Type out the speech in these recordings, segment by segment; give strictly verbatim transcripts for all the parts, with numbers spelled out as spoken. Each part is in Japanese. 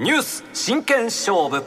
ニュース真剣勝負。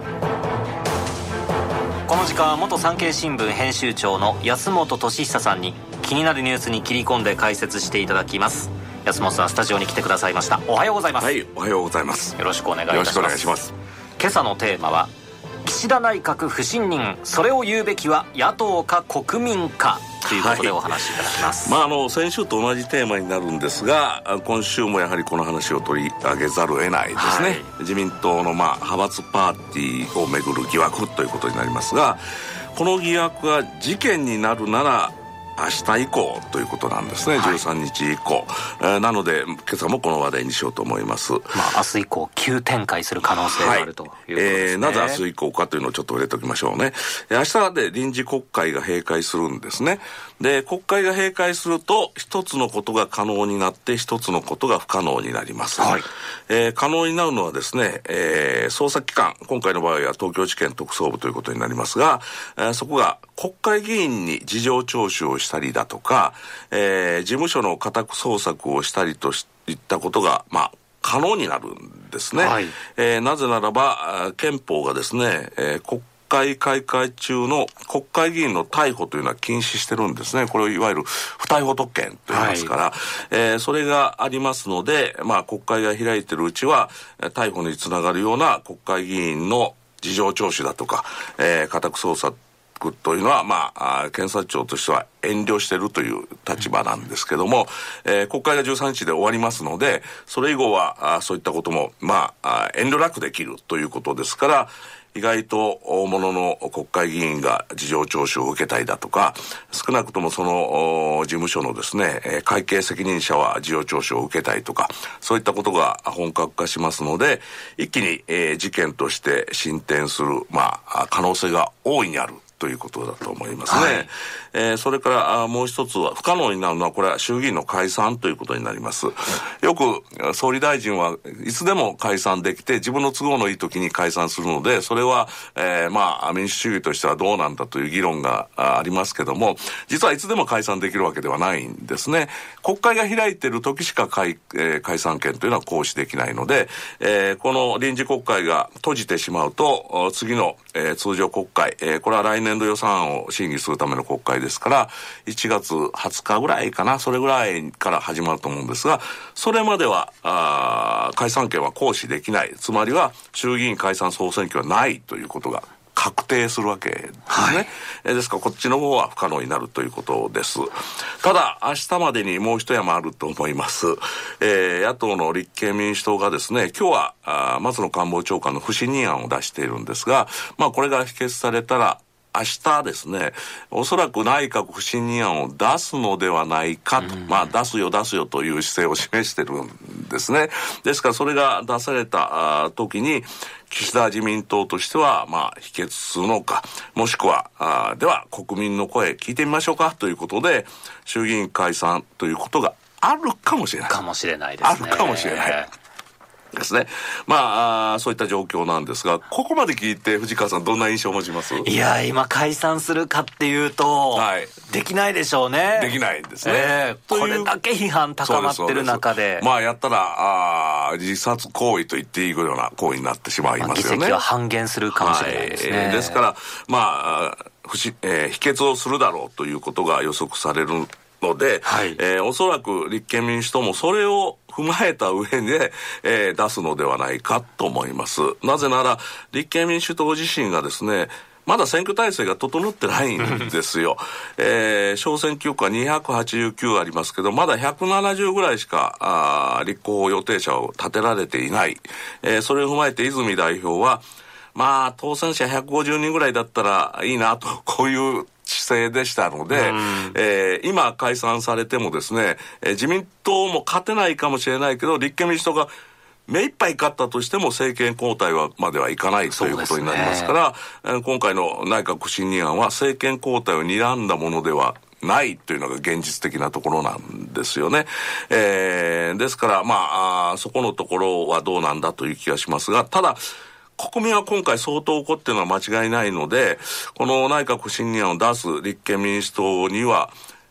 この時間は元産経新聞編集長の安本俊久さんに気になるニュースに切り込んで解説していただきます。安本さん、スタジオに来てくださいました。おはようございます。 はい、おはようございます。 よろしくお願いいたします。 よろしくお願いします。 今朝のテーマは岸田内閣不信任、それを言うべきは野党か国民かということでお話しいただきます。 はい、まあ、あの先週と同じテーマになるんですが、今週もやはりこの話を取り上げざるを得ないですね。はい、自民党のまあ派閥パーティーをめぐる疑惑ということになりますが、この疑惑が事件になるなら明日以降ということなんですね。はい、じゅうさんにち以降、えー、なので今朝もこの話題にしようと思います。まあ、明日以降急展開する可能性があるということですね。はい、えー、 なぜ明日以降かというのをちょっと触れておきましょうね。明日で臨時国会が閉会するんですね。で、国会が閉会すると一つのことが可能になって一つのことが不可能になります。はい、えー、可能になるのはですね、えー、捜査機関、今回の場合は東京地検特捜部ということになりますが、えー、そこが国会議員に事情聴取をしたりだとか、えー、事務所の家宅捜索をしたりといったことが、まあ、可能になるんですね。はい、えー、なぜならば憲法がですね、えー、国会開会中の国会議員の逮捕というのは禁止してるんですね。これをいわゆる不逮捕特権と言いますから、はい、えー、それがありますので、まあ、国会が開いてるうちは逮捕につながるような国会議員の事情聴取だとか、えー、家宅捜索というのは、まあ、検察庁としては遠慮しているという立場なんですけども、えー、国会がじゅうさんにちで終わりますので、それ以後はあそういったことも、まあ、遠慮なくできるということですから、意外と大物の国会議員が事情聴取を受けたりだとか、少なくともその事務所のですね、会計責任者は事情聴取を受けたりとか、そういったことが本格化しますので、一気に、えー、事件として進展する、まあ、可能性が大いにあるということだと思いますね。はい、えー、それからもう一つは不可能になるのは、これは衆議院の解散ということになります。よく総理大臣はいつでも解散できて自分の都合のいい時に解散するので、それは、えー、まあ民主主義としてはどうなんだという議論がありますけども、実はいつでも解散できるわけではないんですね。国会が開いている時しか解、えー、解散権というのは行使できないので、えー、この臨時国会が閉じてしまうと次の、えー、通常国会、えー、これは来年年度予算案を審議するための国会ですから、いちがつはつかぐらいかな、それぐらいから始まると思うんですが、それまではあ解散権は行使できない、つまりは衆議院解散総選挙はないということが確定するわけですね。はい、えですからこっちの方は不可能になるということです。ただ明日までにもう一山あると思います。えー、野党の立憲民主党がですね、今日はあ松野官房長官の不信任案を出しているんですが、まあこれが否決されたら明日ですね、おそらく内閣不信任案を出すのではないかと、まあ出すよ出すよという姿勢を示してるんですね。ですからそれが出された時に岸田自民党としてはまあ否決するのか、もしくはあでは国民の声聞いてみましょうかということで衆議院解散ということがあるかもしれない。 かもしれないですね。 あるかもしれない。ですね。まあ、そういった状況なんですが、ここまで聞いて藤川さんどんな印象を持ちます？ いや、今解散するかっていうと、はい、できないでしょうね。 できないんですね。 えー、これだけ批判高まってる中で。 まあ、やったら、あ自殺行為と言っていいような行為になってしまいますよね。 議席は半減するかもしれないですね。 はい、ですから、まあ、不し、えー、否決をするだろうということが予測されるので、はい、えー、おそらく立憲民主党もそれを踏まえた上で、えー、出すのではないかと思います。なぜなら立憲民主党自身がですね、まだ選挙体制が整ってないんですよ。えー、小選挙区はにひゃくはちじゅうきゅうありますけど、まだひゃくななじゅうぐらいしかあ立候補予定者を立てられていない。えー、それを踏まえて泉代表は、まあ当選者ひゃくごじゅうにんぐらいだったらいいなと、こういう姿勢でしたので、えー、今解散されてもですね、えー、自民党も勝てないかもしれないけど、立憲民主党が目いっぱい勝ったとしても政権交代はまではいかないということになりますから、えー、今回の内閣不信任案は政権交代を睨んだものではないというのが現実的なところなんですよね。えー、ですからまあ、あそこのところはどうなんだという気がしますが、ただ国民は今回相当怒っているのは間違いないので、この内閣不信任案を出す立憲民主党には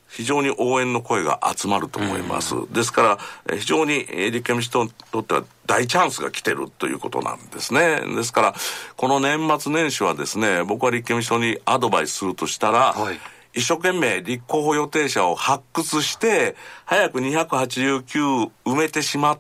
非常に応援の声が集まると思います。ですから非常に立憲民主党にとっては大チャンスが来てるということなんですね。ですからこの年末年始はですね、僕は立憲民主党にアドバイスするとしたら、はい、一生懸命立候補予定者を発掘して早くにひゃくはちじゅうきゅう埋めてしまって、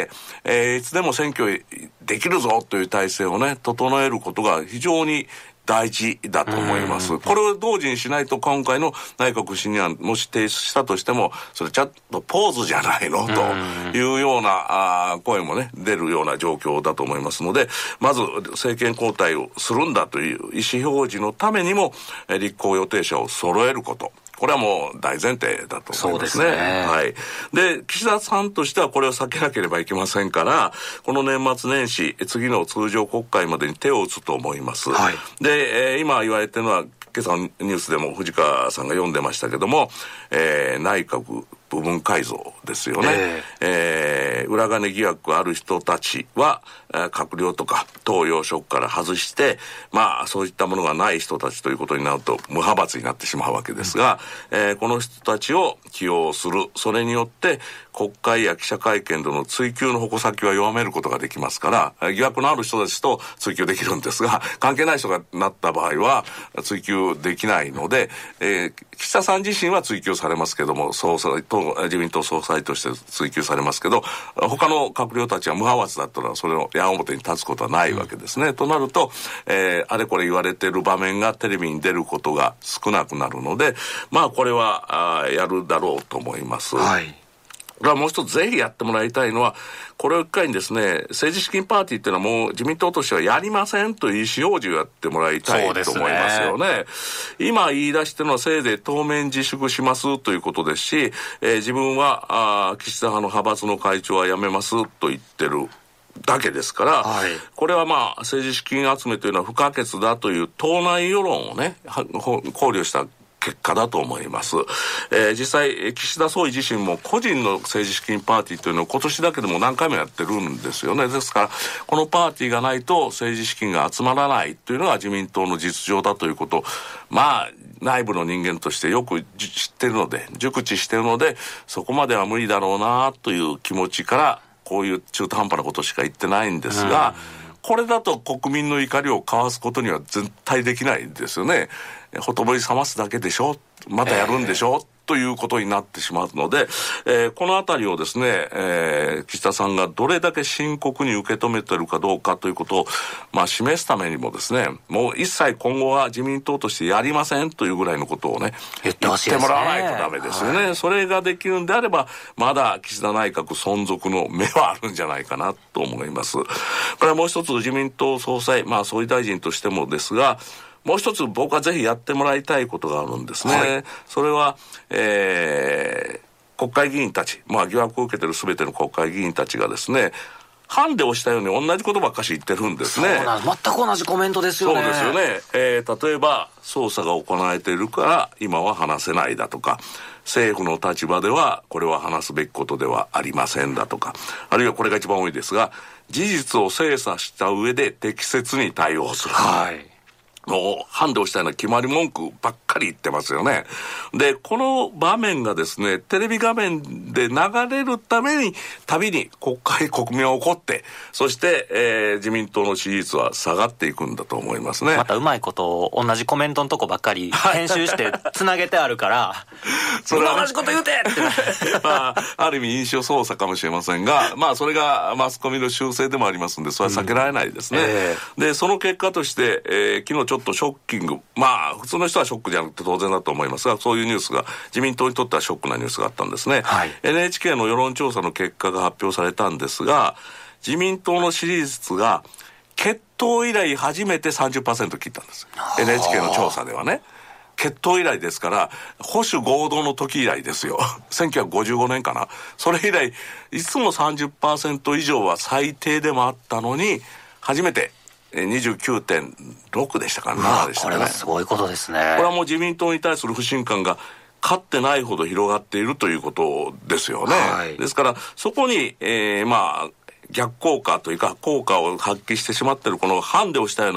えー、いつでも選挙できるぞという体制をね整えることが非常に大事だと思います。これを同時にしないと今回の内閣不信任案もし提出したとしてもそれちゃんとポーズじゃないのというようなあ声もね出るような状況だと思いますので、まず政権交代をするんだという意思表示のためにも立候補予定者を揃えること、これはもう大前提だと思いますね。そうですね。はい。で、岸田さんとしてはこれを避けなければいけませんから、この年末年始、次の通常国会までに手を打つと思います。はい。で、えー、今言われてるのは、今朝のニュースでも藤川さんが読んでましたけども、えー、内閣部分改造ですよね。えーえー、裏金疑惑ある人たちは、閣僚とか党要職から外して、まあそういったものがない人たちということになると無派閥になってしまうわけですが、うんえー、この人たちを起用する、それによって国会や記者会見での追及の矛先は弱めることができますから、疑惑のある人たちと追及できるんですが、関係ない人がなった場合は追及できないので、えー、岸田さん自身は追及されますけども、総裁と自民党総裁として追及されますけど、他の閣僚たちは無派閥だったらそれを矢面に立つことはないわけですね。うん、となると、えー、あれこれ言われている場面がテレビに出ることが少なくなるので、まあこれはあやるだろうと思います。はい。これはもう一つぜひやってもらいたいのは、これを一回にですね、政治資金パーティーっていうのはもう自民党としてはやりませんという意思表示をやってもらいたいと思いますよね。今言い出してるのはせいぜい当面自粛しますということですし、えー、自分はあ岸田派の派閥の会長は辞めますと言ってるだけですから、はい、これはまあ政治資金集めというのは不可欠だという党内世論をね考慮した結果だと思います。えー、実際岸田総理自身も個人の政治資金パーティーというのを今年だけでも何回もやってるんですよね。ですからこのパーティーがないと政治資金が集まらないというのが自民党の実情だということを、まあ内部の人間としてよく知ってるので、熟知してるので、そこまでは無理だろうなという気持ちからこういう中途半端なことしか言ってないんですが、これだと国民の怒りをかわすことには絶対できないんですよね。ほとぼり冷ますだけでしょ、またやるんでしょ、えー、ということになってしまうので、えー、このあたりをですね、えー、岸田さんがどれだけ深刻に受け止めているかどうかということを、まあ、示すためにもですね、もう一切今後は自民党としてやりませんというぐらいのことをね、言ってほしいですね。言ってもらわないとダメですよね。はい、それができるんであれば、まだ岸田内閣存続の目はあるんじゃないかなと思います。これはもう一つ自民党総裁、まあ総理大臣としてもですが、もう一つ僕はぜひやってもらいたいことがあるんですね。はい、それは、えー、国会議員たち、まあ疑惑を受けている全ての国会議員たちがですね、ハンデをしたように同じことばっかし言ってるんですね。 そうなんです。全く同じコメントですよね。 そうですよね。えー、例えば捜査が行われているから今は話せないだとか、政府の立場ではこれは話すべきことではありませんだとか、あるいはこれが一番多いですが、事実を精査した上で適切に対応する。はい。もうハンデをしたような決まり文句ばっかり言ってますよね。で、この場面がですね、テレビ画面で流れるために、たびに国会、国民は怒って、そして、えー、自民党の支持率は下がっていくんだと思いますね。 またうまいことを同じコメントのとこばっかり編集してつなげてあるから、それは同じこと言うてってまあ、ある意味印象操作かもしれませんが、まあそれがマスコミの習性でもありますんで、それは避けられないですね。うんえー、で、その結果として、えー、昨日ちょっとショッキング、まあ普通の人はショックじゃなくて当然だと思いますが、そういうニュースが自民党にとってはショックなニュースがあったんですね。はい、エヌエイチケー の世論調査の結果が発表されたんですが、自民党の支持率が結党以来初めて さんじゅっパーセント 切ったんです。エヌエイチケー の調査ではね。決闘以来ですから保守合同の時以来ですよ。せんきゅうひゃくごじゅうごねんかな。それ以来いつも さんじゅっパーセント 以上は最低でもあったのに、初めて にじゅうきゅうてんろく でしたからななでしたね。 これはすごいことですね。 これはもう自民党に対する不信感が勝ってないほど広がっているということですよね。はい、ですからそこに、えー、まあ逆効果というか効果を発揮してしまっているこのハンデをしたような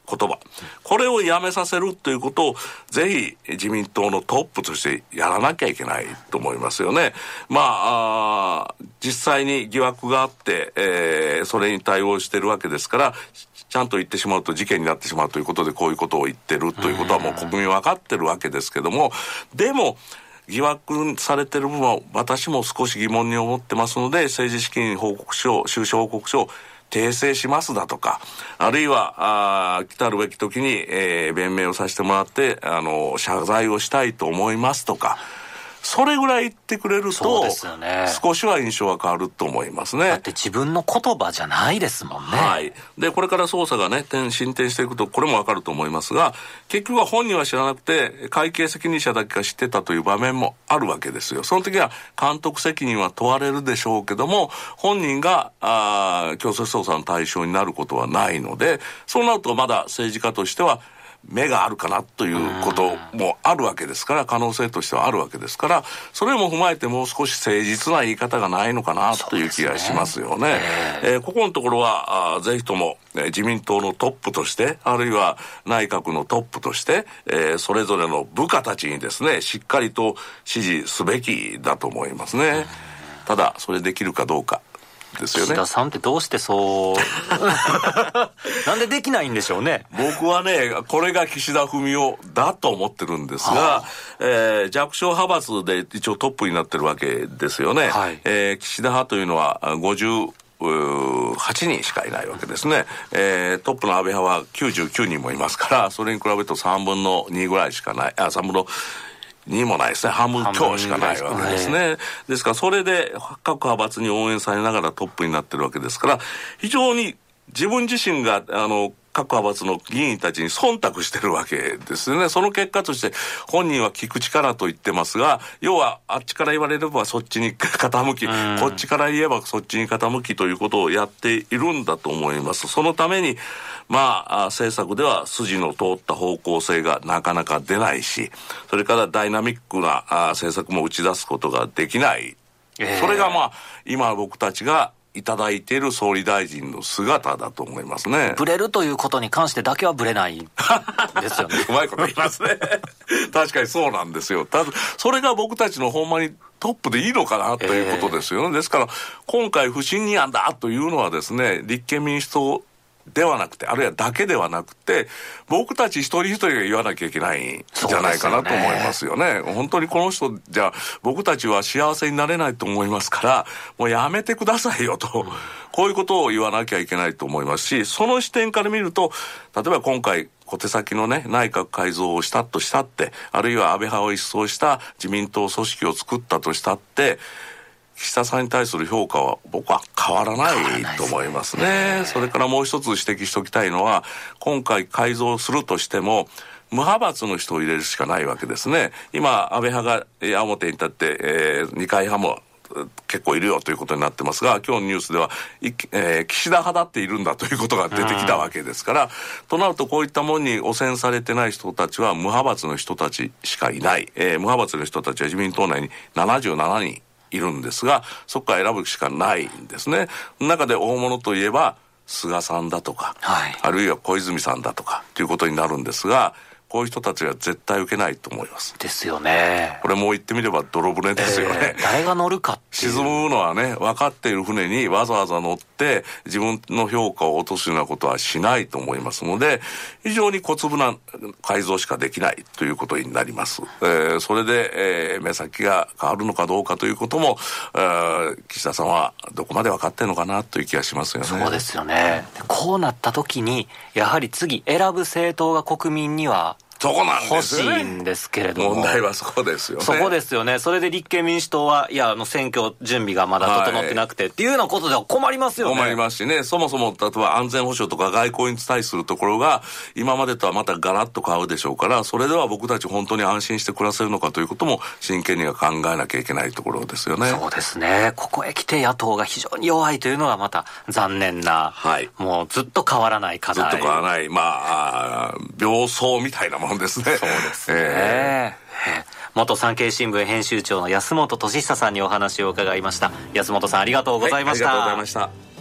言葉、これをやめさせるということをぜひ自民党のトップとしてやらなきゃいけないと思いますよね。まあ、あ実際に疑惑があって、えー、それに対応しているわけですから、ちゃんと言ってしまうと事件になってしまうということでこういうことを言ってるということはもう国民分かってるわけですけども、でも疑惑されている部分は私も少し疑問に思ってますので、政治資金報告書、収支報告書を訂正しますだとか、あるいはあ来たるべき時に、えー、弁明をさせてもらってあの謝罪をしたいと思いますとか、それぐらい言ってくれると、ね、少しは印象が変わると思いますね。 だって自分の言葉じゃないですもんね。 はい。で、これから捜査がね、進展していくと、これもわかると思いますが、結局は本人は知らなくて、会計責任者だけが知ってたという場面もあるわけですよ。その時は監督責任は問われるでしょうけども、本人が、あ強制捜査の対象になることはないので、そうなるとまだ政治家としては、目があるかなということもあるわけですから、可能性としてはあるわけですから、それも踏まえてもう少し誠実な言い方がないのかなという気がしますよね。えー、ここのところはあぜひとも、えー、自民党のトップとして、あるいは内閣のトップとして、えー、それぞれの部下たちにですね、しっかりと指示すべきだと思いますね。ただそれできるかどうかですよね。 岸田さんってどうしてそうなんでできないんでしょうね。 僕はね、これが岸田文雄だと思ってるんですが、えー、弱小派閥で一応トップになってるわけですよね。はい、えー、岸田派というのはごじゅうはちにんしかいないわけですね。えー、トップの安倍派はきゅうじゅうきゅうにんもいますから、それに比べるとさんぶんのにぐらいしかない、あ、さんぶんのにもないですね。半分強しかないわけですね。ですからそれで各派閥に応援されながらトップになってるわけですから、非常に自分自身があの各派閥の議員たちに忖度してるわけですよね。その結果として本人は聞く力と言ってますが、要はあっちから言われればそっちに傾き、こっちから言えばそっちに傾きということをやっているんだと思います。そのためにまあ政策では筋の通った方向性がなかなか出ないし、それからダイナミックなあ政策も打ち出すことができない、えー、それがまあ今僕たちがいただいている総理大臣の姿だと思いますね。 ブレるということに関してだけはブレないですよね。 うまいこと言いますね。確かにそうなんですよ。ただそれが僕たちのほんまにトップでいいのかなということですよね。えー、ですから今回不信任案だというのはですね、立憲民主党ではなくて、あるいはだけではなくて、僕たち一人一人が言わなきゃいけないんじゃないかなと思いますよね。本当にこの人じゃ僕たちは幸せになれないと思いますから、もうやめてくださいよと、うん、こういうことを言わなきゃいけないと思いますし、その視点から見ると、例えば今回小手先のね内閣改造をしたとしたって、あるいは安倍派を一掃した自民党組織を作ったとしたって、岸田さんに対する評価は僕は変わらないと思いますね。それからもう一つ指摘しておきたいのは、今回改造するとしても無派閥の人を入れるしかないわけですね。今安倍派が表に立って、えー、二階派も結構いるよということになってますが、今日のニュースでは、えー、岸田派だっているんだということが出てきたわけですから、となるとこういったものに汚染されてない人たちは無派閥の人たちしかいない、えー、無派閥の人たちは自民党内にななじゅうななにんいるんですが、そこから選ぶしかないんですね。中で大物といえば菅さんだとか、はい、あるいは小泉さんだとかということになるんですが、こういう人たちは絶対受けないと思います。 ですよね。 これもう言ってみれば泥船ですよね。 えー、誰が乗るかっていう。 沈むのはね、分かっている船にわざわざ乗って自分の評価を落とすようなことはしないと思いますので、非常に小粒な改造しかできないということになります。えー、それで、えー、目先が変わるのかどうかということも、えー、岸田さんはどこまで分かってるのかなという気がしますよね。 そうですよね。こうなった時にやはり次選ぶ政党が国民にはそこなんですよね。 欲しいんですけれども、 問題はそこですよね。 そこですよね。それで立憲民主党はいやあの選挙準備がまだ整ってなくて、はい、っていうようなことでは困りますよね。 困りますしね。そもそも例えば安全保障とか外交に対するところが今までとはまたガラッと変わるでしょうから、それでは僕たち本当に安心して暮らせるのかということも真剣には考えなきゃいけないところですよね。 そうですね。ここへ来て野党が非常に弱いというのがまた残念な、はい、もうずっと変わらない課題。 ずっと変わらない、まあ病巣みたいなもんですね。 そうですね。えー、元産経新聞編集長の安本俊久さんにお話を伺いました。安本さんありがとうございました。 はい、ありがとうございました。